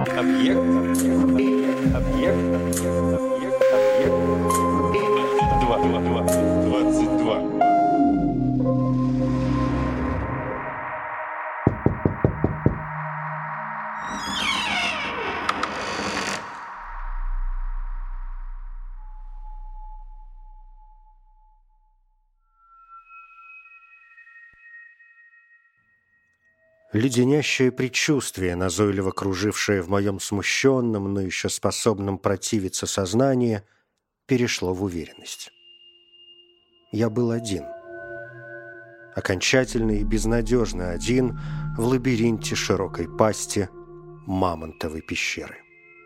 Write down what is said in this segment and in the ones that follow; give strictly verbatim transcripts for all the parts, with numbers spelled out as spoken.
Объект, объект, объект, объект, объект. Два, два, два, двадцать два. Леденящее предчувствие, назойливо кружившее в моем смущенном, но еще способном противиться сознании, перешло в уверенность. Я был один. Окончательно и безнадежно один в лабиринте широкой пасти Мамонтовой пещеры.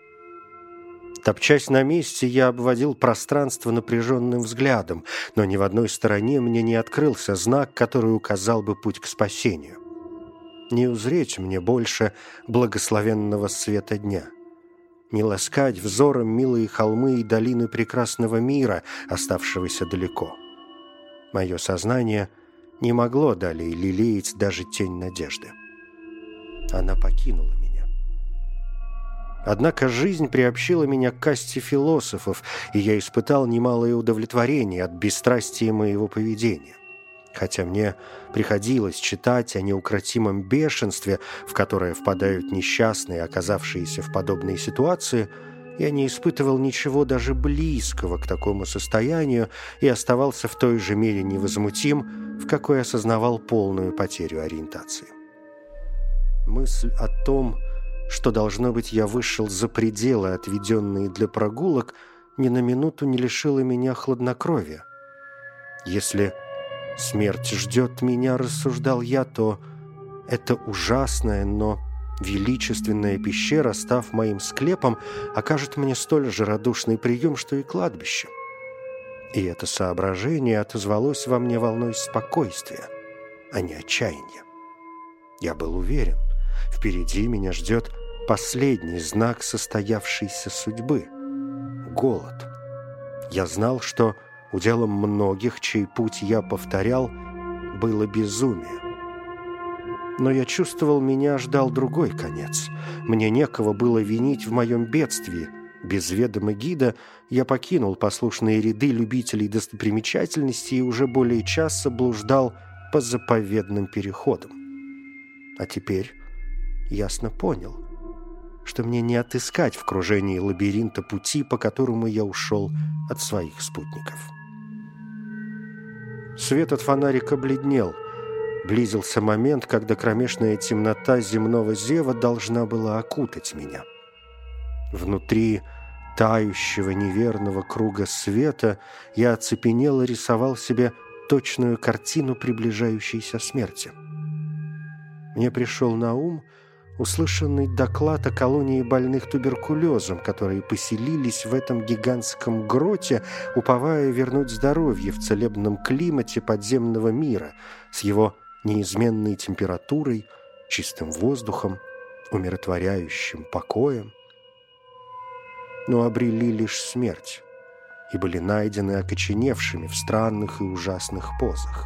Топчась на месте, я обводил пространство напряженным взглядом, но ни в одной стороне мне не открылся знак, который указал бы путь к спасению. Не узреть мне больше благословенного света дня, не ласкать взором милые холмы и долины прекрасного мира, оставшегося далеко. Мое сознание не могло далее лелеять даже тень надежды. Она покинула меня. Однако жизнь приобщила меня к касте философов, и я испытал немалое удовлетворение от бесстрастия моего поведения. Хотя мне приходилось читать о неукротимом бешенстве, в которое впадают несчастные, оказавшиеся в подобной ситуации, я не испытывал ничего даже близкого к такому состоянию и оставался в той же мере невозмутим, в какой осознавал полную потерю ориентации. Мысль о том, что, должно быть, я вышел за пределы, отведенные для прогулок, ни на минуту не лишила меня хладнокровия. Если смерть ждет меня, рассуждал я, то эта ужасная, но величественная пещера, став моим склепом, окажет мне столь же радушный прием, что и кладбище. И это соображение отозвалось во мне волной спокойствия, а не отчаяния. Я был уверен, впереди меня ждет последний знак состоявшейся судьбы — голод. Я знал, что уделом многих, чей путь я повторял, было безумие. Но я чувствовал, меня ждал другой конец. Мне некого было винить в моем бедствии. Без ведома гида я покинул послушные ряды любителей достопримечательностей и уже более часа блуждал по заповедным переходам. А теперь ясно понял, что мне не отыскать в кружении лабиринта пути, по которому я ушел от своих спутников. Свет от фонарика бледнел. Близился момент, когда кромешная темнота земного зева должна была окутать меня. Внутри тающего неверного круга света я оцепенело рисовал себе точную картину приближающейся смерти. Мне пришел на ум услышанный доклад о колонии больных туберкулезом, которые поселились в этом гигантском гроте, уповая вернуть здоровье в целебном климате подземного мира с его неизменной температурой, чистым воздухом, умиротворяющим покоем. Но обрели лишь смерть и были найдены окоченевшими в странных и ужасных позах.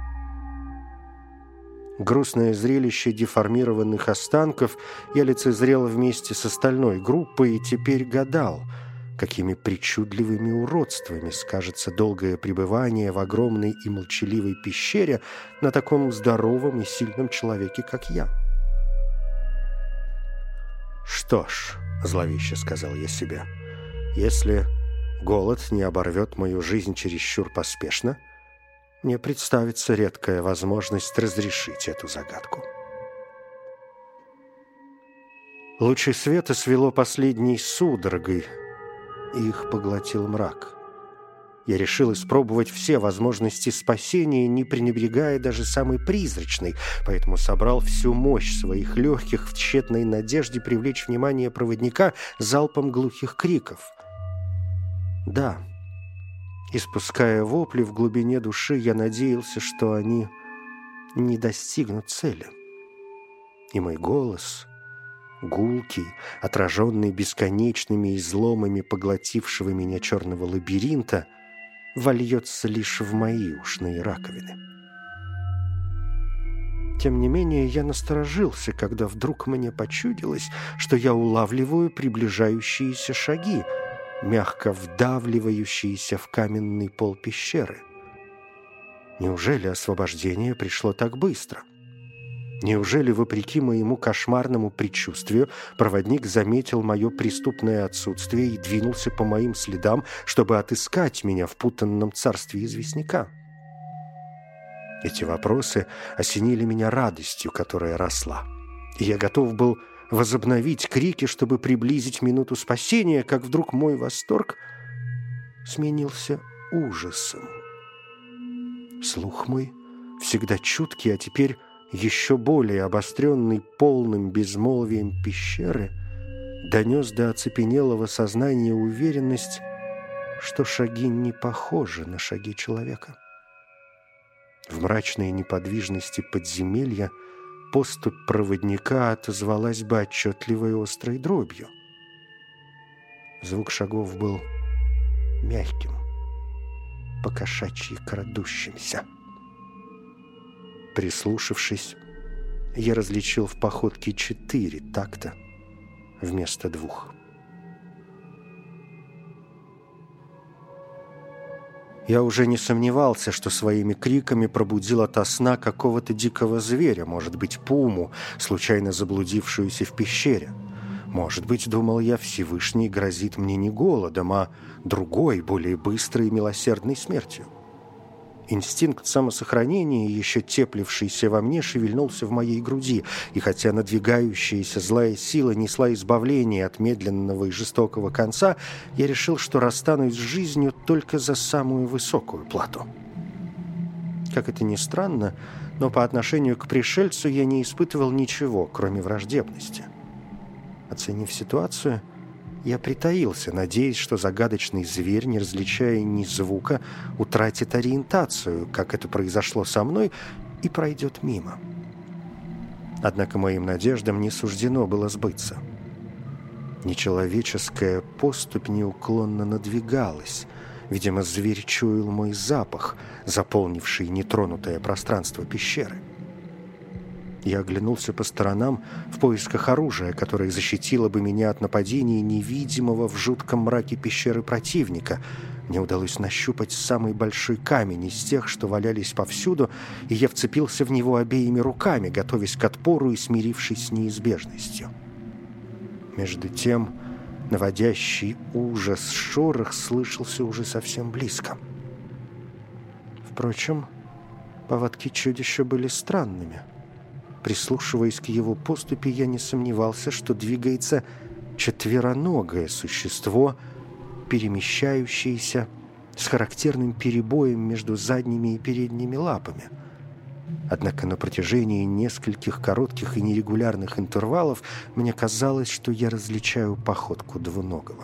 Грустное зрелище деформированных останков я лицезрел вместе с остальной группой и теперь гадал, какими причудливыми уродствами скажется долгое пребывание в огромной и молчаливой пещере на таком здоровом и сильном человеке, как я. «Что ж», — зловеще сказал я себе, — «если голод не оборвет мою жизнь чересчур поспешно, мне представится редкая возможность разрешить эту загадку». Лучи света свело последней судорогой, и их поглотил мрак. Я решил испробовать все возможности спасения, не пренебрегая даже самой призрачной, поэтому собрал всю мощь своих легких в тщетной надежде привлечь внимание проводника залпом глухих криков. Да, испуская вопли в глубине души, я надеялся, что они не достигнут цели. И мой голос, гулкий, отраженный бесконечными изломами поглотившего меня черного лабиринта, вольется лишь в мои ушные раковины. Тем не менее, я насторожился, когда вдруг мне почудилось, что я улавливаю приближающиеся шаги, мягко вдавливающиеся в каменный пол пещеры. Неужели освобождение пришло так быстро? Неужели, вопреки моему кошмарному предчувствию, проводник заметил мое преступное отсутствие и двинулся по моим следам, чтобы отыскать меня в путанном царстве известняка? Эти вопросы осенили меня радостью, которая росла, и я готов был возобновить крики, чтобы приблизить минуту спасения, как вдруг мой восторг сменился ужасом. Слух мой, всегда чуткий, а теперь еще более обостренный полным безмолвием пещеры, донес до оцепенелого сознания уверенность, что шаги не похожи на шаги человека. В мрачной неподвижности подземелья поступь проводника отозвалась бы отчетливой острой дробью. Звук шагов был мягким, покошачьи крадущимся. Прислушавшись, я различил в походке четыре такта вместо двух. Я уже не сомневался, что своими криками пробудил ото сна какого-то дикого зверя, может быть, пуму, случайно заблудившуюся в пещере. Может быть, думал я, Всевышний грозит мне не голодом, а другой, более быстрой и милосердной смертью. Инстинкт самосохранения, еще теплившийся во мне, шевельнулся в моей груди, и хотя надвигающаяся злая сила несла избавление от медленного и жестокого конца, я решил, что расстанусь с жизнью только за самую высокую плату. Как это ни странно, но по отношению к пришельцу я не испытывал ничего, кроме враждебности. Оценив ситуацию, я притаился, надеясь, что загадочный зверь, не различая ни звука, утратит ориентацию, как это произошло со мной, и пройдет мимо. Однако моим надеждам не суждено было сбыться. Нечеловеческая поступь неуклонно надвигалась. Видимо, зверь чуял мой запах, заполнивший нетронутое пространство пещеры. Я оглянулся по сторонам в поисках оружия, которое защитило бы меня от нападения невидимого в жутком мраке пещеры противника. Мне удалось нащупать самый большой камень из тех, что валялись повсюду, и я вцепился в него обеими руками, готовясь к отпору и смирившись с неизбежностью. Между тем, наводящий ужас шорох слышался уже совсем близко. Впрочем, повадки чудища были странными. Прислушиваясь к его поступи, я не сомневался, что двигается четвероногое существо, перемещающееся с характерным перебоем между задними и передними лапами. Однако на протяжении нескольких коротких и нерегулярных интервалов мне казалось, что я различаю походку двуногого.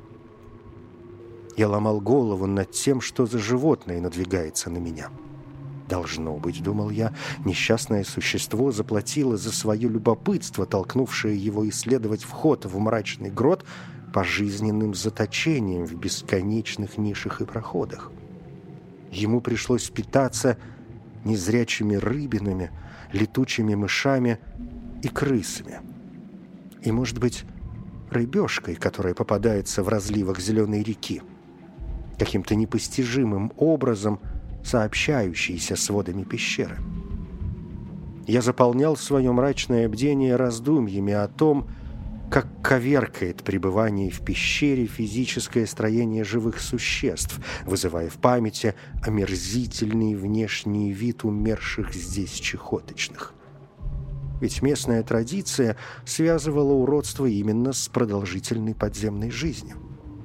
Я ломал голову над тем, что за животное надвигается на меня. Должно быть, думал я, несчастное существо заплатило за свое любопытство, толкнувшее его исследовать вход в мрачный грот пожизненным заточением в бесконечных нишах и проходах. Ему пришлось питаться незрячими рыбинами, летучими мышами и крысами. И, может быть, рыбешкой, которая попадается в разливах зеленой реки. Каким-то непостижимым образом сообщающейся с водами пещеры. Я заполнял свое мрачное бдение раздумьями о том, как коверкает пребывание в пещере физическое строение живых существ, вызывая в памяти омерзительный внешний вид умерших здесь чехоточных. Ведь местная традиция связывала уродство именно с продолжительной подземной жизнью.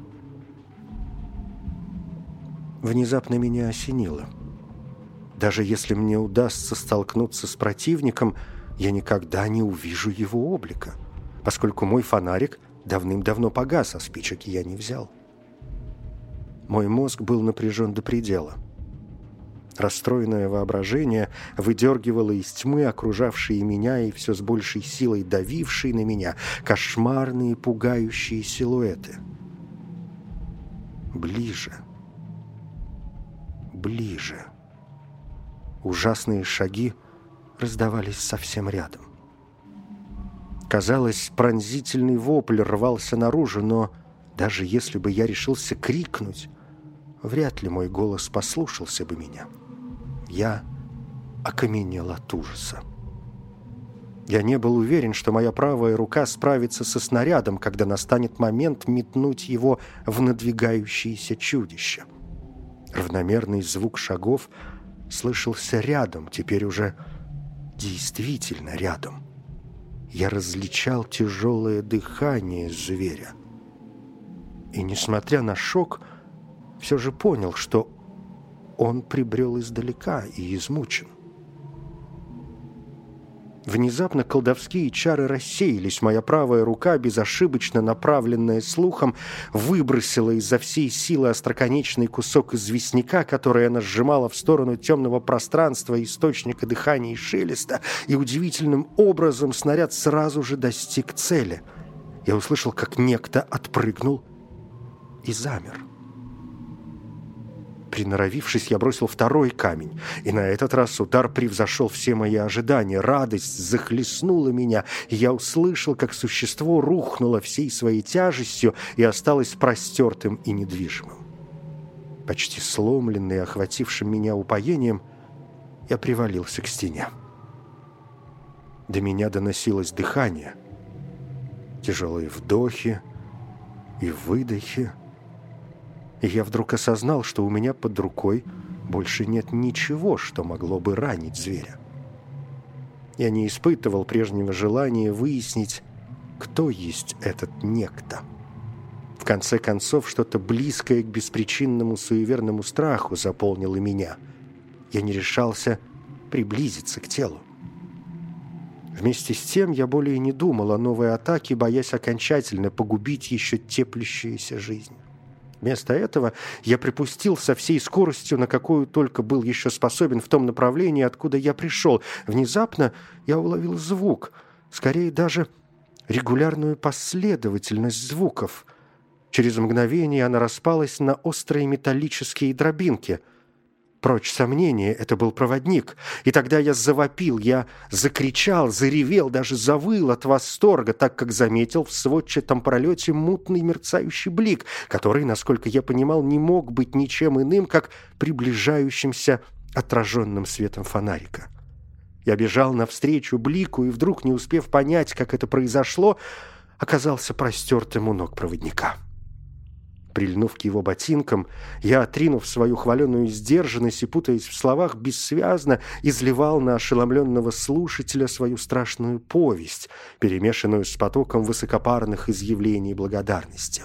Внезапно меня осенило. Даже если мне удастся столкнуться с противником, я никогда не увижу его облика, поскольку мой фонарик давным-давно погас, а спичек я не взял. Мой мозг был напряжен до предела. Расстроенное воображение выдергивало из тьмы окружавшие меня и все с большей силой давившие на меня кошмарные пугающие силуэты. Ближе. Ближе. Ужасные шаги раздавались совсем рядом. Казалось, пронзительный вопль рвался наружу, но даже если бы я решился крикнуть, вряд ли мой голос послушался бы меня. Я окаменел от ужаса. Я не был уверен, что моя правая рука справится со снарядом, когда настанет момент метнуть его в надвигающееся чудище. Равномерный звук шагов слышался рядом, теперь уже действительно рядом. Я различал тяжелое дыхание зверя. И, несмотря на шок, все же понял, что он прибрел издалека и измучен. Внезапно колдовские чары рассеялись. Моя правая рука, безошибочно направленная слухом, выбросила изо всей силы остроконечный кусок известняка, который она сжимала в сторону темного пространства, источника дыхания и шелеста, и удивительным образом снаряд сразу же достиг цели. Я услышал, как некто отпрыгнул и замер. Приноровившись, я бросил второй камень, и на этот раз удар превзошел все мои ожидания. Радость захлестнула меня, и я услышал, как существо рухнуло всей своей тяжестью и осталось простертым и недвижимым. Почти сломленный, охватившим меня упоением, я привалился к стене. До меня доносилось дыхание, тяжелые вдохи и выдохи. И я вдруг осознал, что у меня под рукой больше нет ничего, что могло бы ранить зверя. Я не испытывал прежнего желания выяснить, кто есть этот некто. В конце концов, что-то близкое к беспричинному суеверному страху заполнило меня. Я не решался приблизиться к телу. Вместе с тем я более не думал о новой атаке, боясь окончательно погубить еще теплящуюся жизнь. Вместо этого я припустил со всей скоростью, на какую только был еще способен, в том направлении, откуда я пришел. Внезапно я уловил звук, скорее даже регулярную последовательность звуков. Через мгновение она распалась на острые металлические дробинки. Прочь сомнения, это был проводник. И тогда я завопил, я закричал, заревел, даже завыл от восторга, так как заметил в сводчатом пролете мутный мерцающий блик, который, насколько я понимал, не мог быть ничем иным, как приближающимся отраженным светом фонарика. Я бежал навстречу блику и вдруг, не успев понять, как это произошло, оказался простертым у ног проводника. Прильнув к его ботинкам, я, отринув свою хваленую сдержанность и, путаясь в словах, бессвязно изливал на ошеломленного слушателя свою страшную повесть, перемешанную с потоком высокопарных изъявлений благодарности.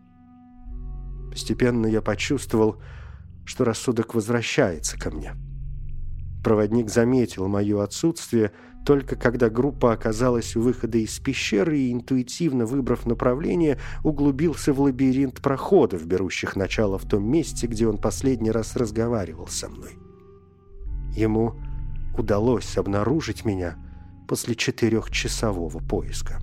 Постепенно я почувствовал, что рассудок возвращается ко мне. Проводник заметил мое отсутствие только когда группа оказалась у выхода из пещеры и, интуитивно выбрав направление, углубился в лабиринт проходов, берущих начало в том месте, где он последний раз разговаривал со мной. Ему удалось обнаружить меня после четырехчасового поиска.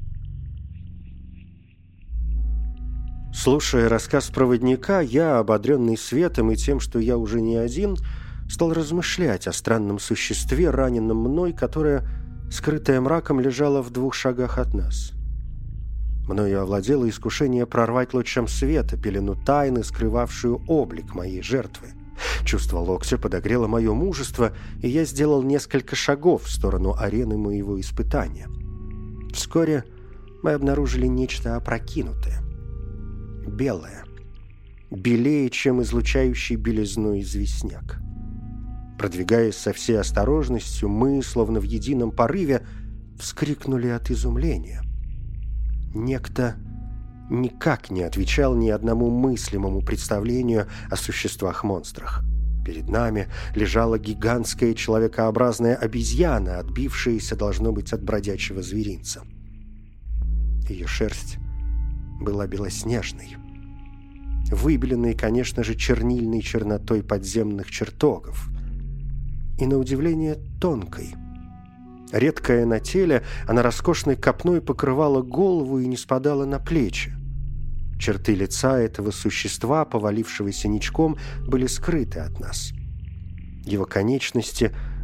Слушая рассказ проводника, я, ободренный светом и тем, что я уже не один, стал размышлять о странном существе, раненном мной, которое, скрытое мраком, лежало в двух шагах от нас. Мною овладело искушение прорвать лучом света пелену тайны, скрывавшую облик моей жертвы. Чувство локтя подогрело мое мужество, и я сделал несколько шагов в сторону арены моего испытания. Вскоре мы обнаружили нечто опрокинутое, белое, белее, чем излучающий белизну известняк. Продвигаясь со всей осторожностью, мы, словно в едином порыве, вскрикнули от изумления. Некто никак не отвечал ни одному мыслимому представлению о существах-монстрах. Перед нами лежала гигантская человекообразная обезьяна, отбившаяся, должно быть, от бродячего зверинца. Ее шерсть была белоснежной, выбеленной, конечно же, чернильной чернотой подземных чертогов, и, на удивление, тонкой. Редкая на теле, она роскошной копной покрывала голову и не спадала на плечи. Черты лица этого существа, повалившегося ничком, были скрыты от нас. Его конечности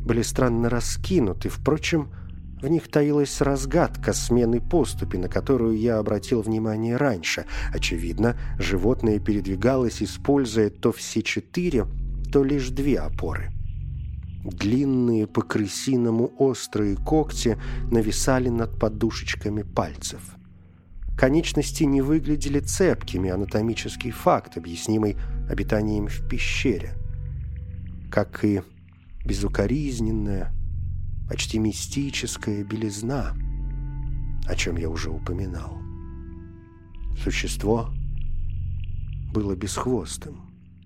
были странно раскинуты. Впрочем, в них таилась разгадка смены поступи, на которую я обратил внимание раньше. Очевидно, животное передвигалось, используя то все четыре, то лишь две опоры. Длинные по-крысиному острые когти нависали над подушечками пальцев. Конечности не выглядели цепкими, анатомический факт, объяснимый обитанием в пещере. Как и безукоризненная, почти мистическая белизна, о чем я уже упоминал. Существо было бесхвостым.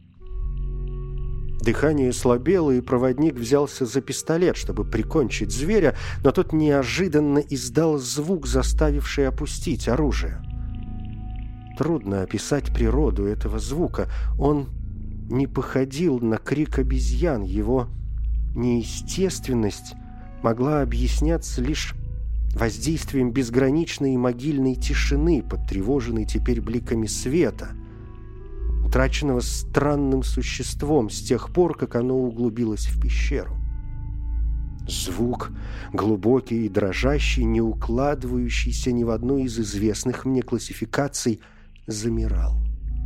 Дыхание слабело, и проводник взялся за пистолет, чтобы прикончить зверя, но тот неожиданно издал звук, заставивший опустить оружие. Трудно описать природу этого звука. Он не походил на крик обезьян. Его неестественность могла объясняться лишь воздействием безграничной могильной тишины, потревоженной теперь бликами света, утраченного странным существом с тех пор, как оно углубилось в пещеру. Звук, глубокий и дрожащий, не укладывающийся ни в одну из известных мне классификаций, замирал.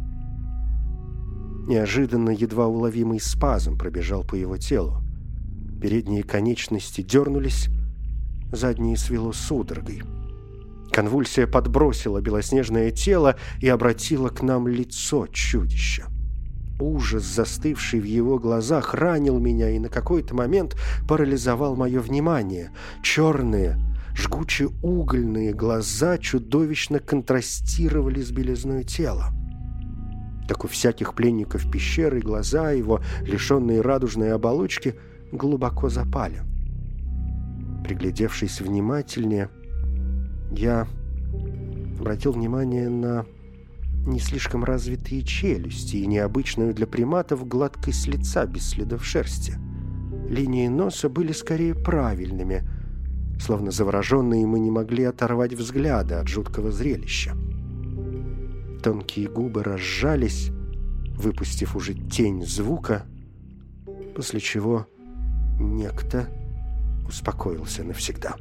Неожиданно едва уловимый спазм пробежал по его телу. Передние конечности дернулись, задние свело судорогой. Конвульсия подбросила белоснежное тело и обратила к нам лицо чудища. Ужас, застывший в его глазах, ранил меня и на какой-то момент парализовал мое внимание. Черные, жгуче-угольные глаза чудовищно контрастировали с белизной тела. Как у всяких пленников пещеры, глаза его, лишенные радужной оболочки, глубоко запали. Приглядевшись внимательнее, я обратил внимание на не слишком развитые челюсти и необычную для приматов гладкость лица без следов шерсти. Линии носа были скорее правильными, словно завороженные мы не могли оторвать взгляда от жуткого зрелища. Тонкие губы разжались, выпустив уже тень звука, после чего некто успокоился навсегда.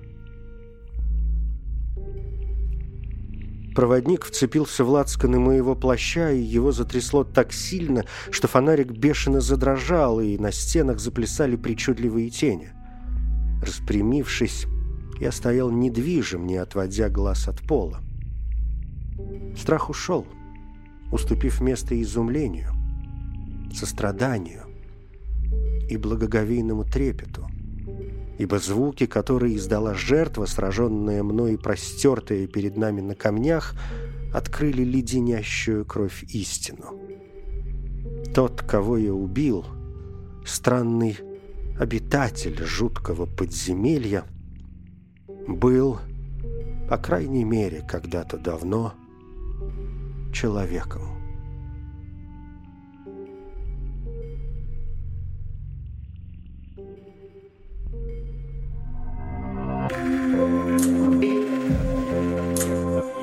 Проводник вцепился в лацканы моего плаща, и его затрясло так сильно, что фонарик бешено задрожал, и на стенах заплясали причудливые тени. Распрямившись, я стоял недвижим, не отводя глаз от пола. Страх ушел, уступив место изумлению, состраданию и благоговейному трепету, ибо звуки, которые издала жертва, сраженная мной и простертая перед нами на камнях, открыли леденящую кровь истину. Тот, кого я убил, странный обитатель жуткого подземелья, был, по крайней мере, когда-то давно человеком.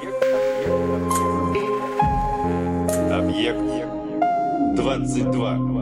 Объект двадцать два.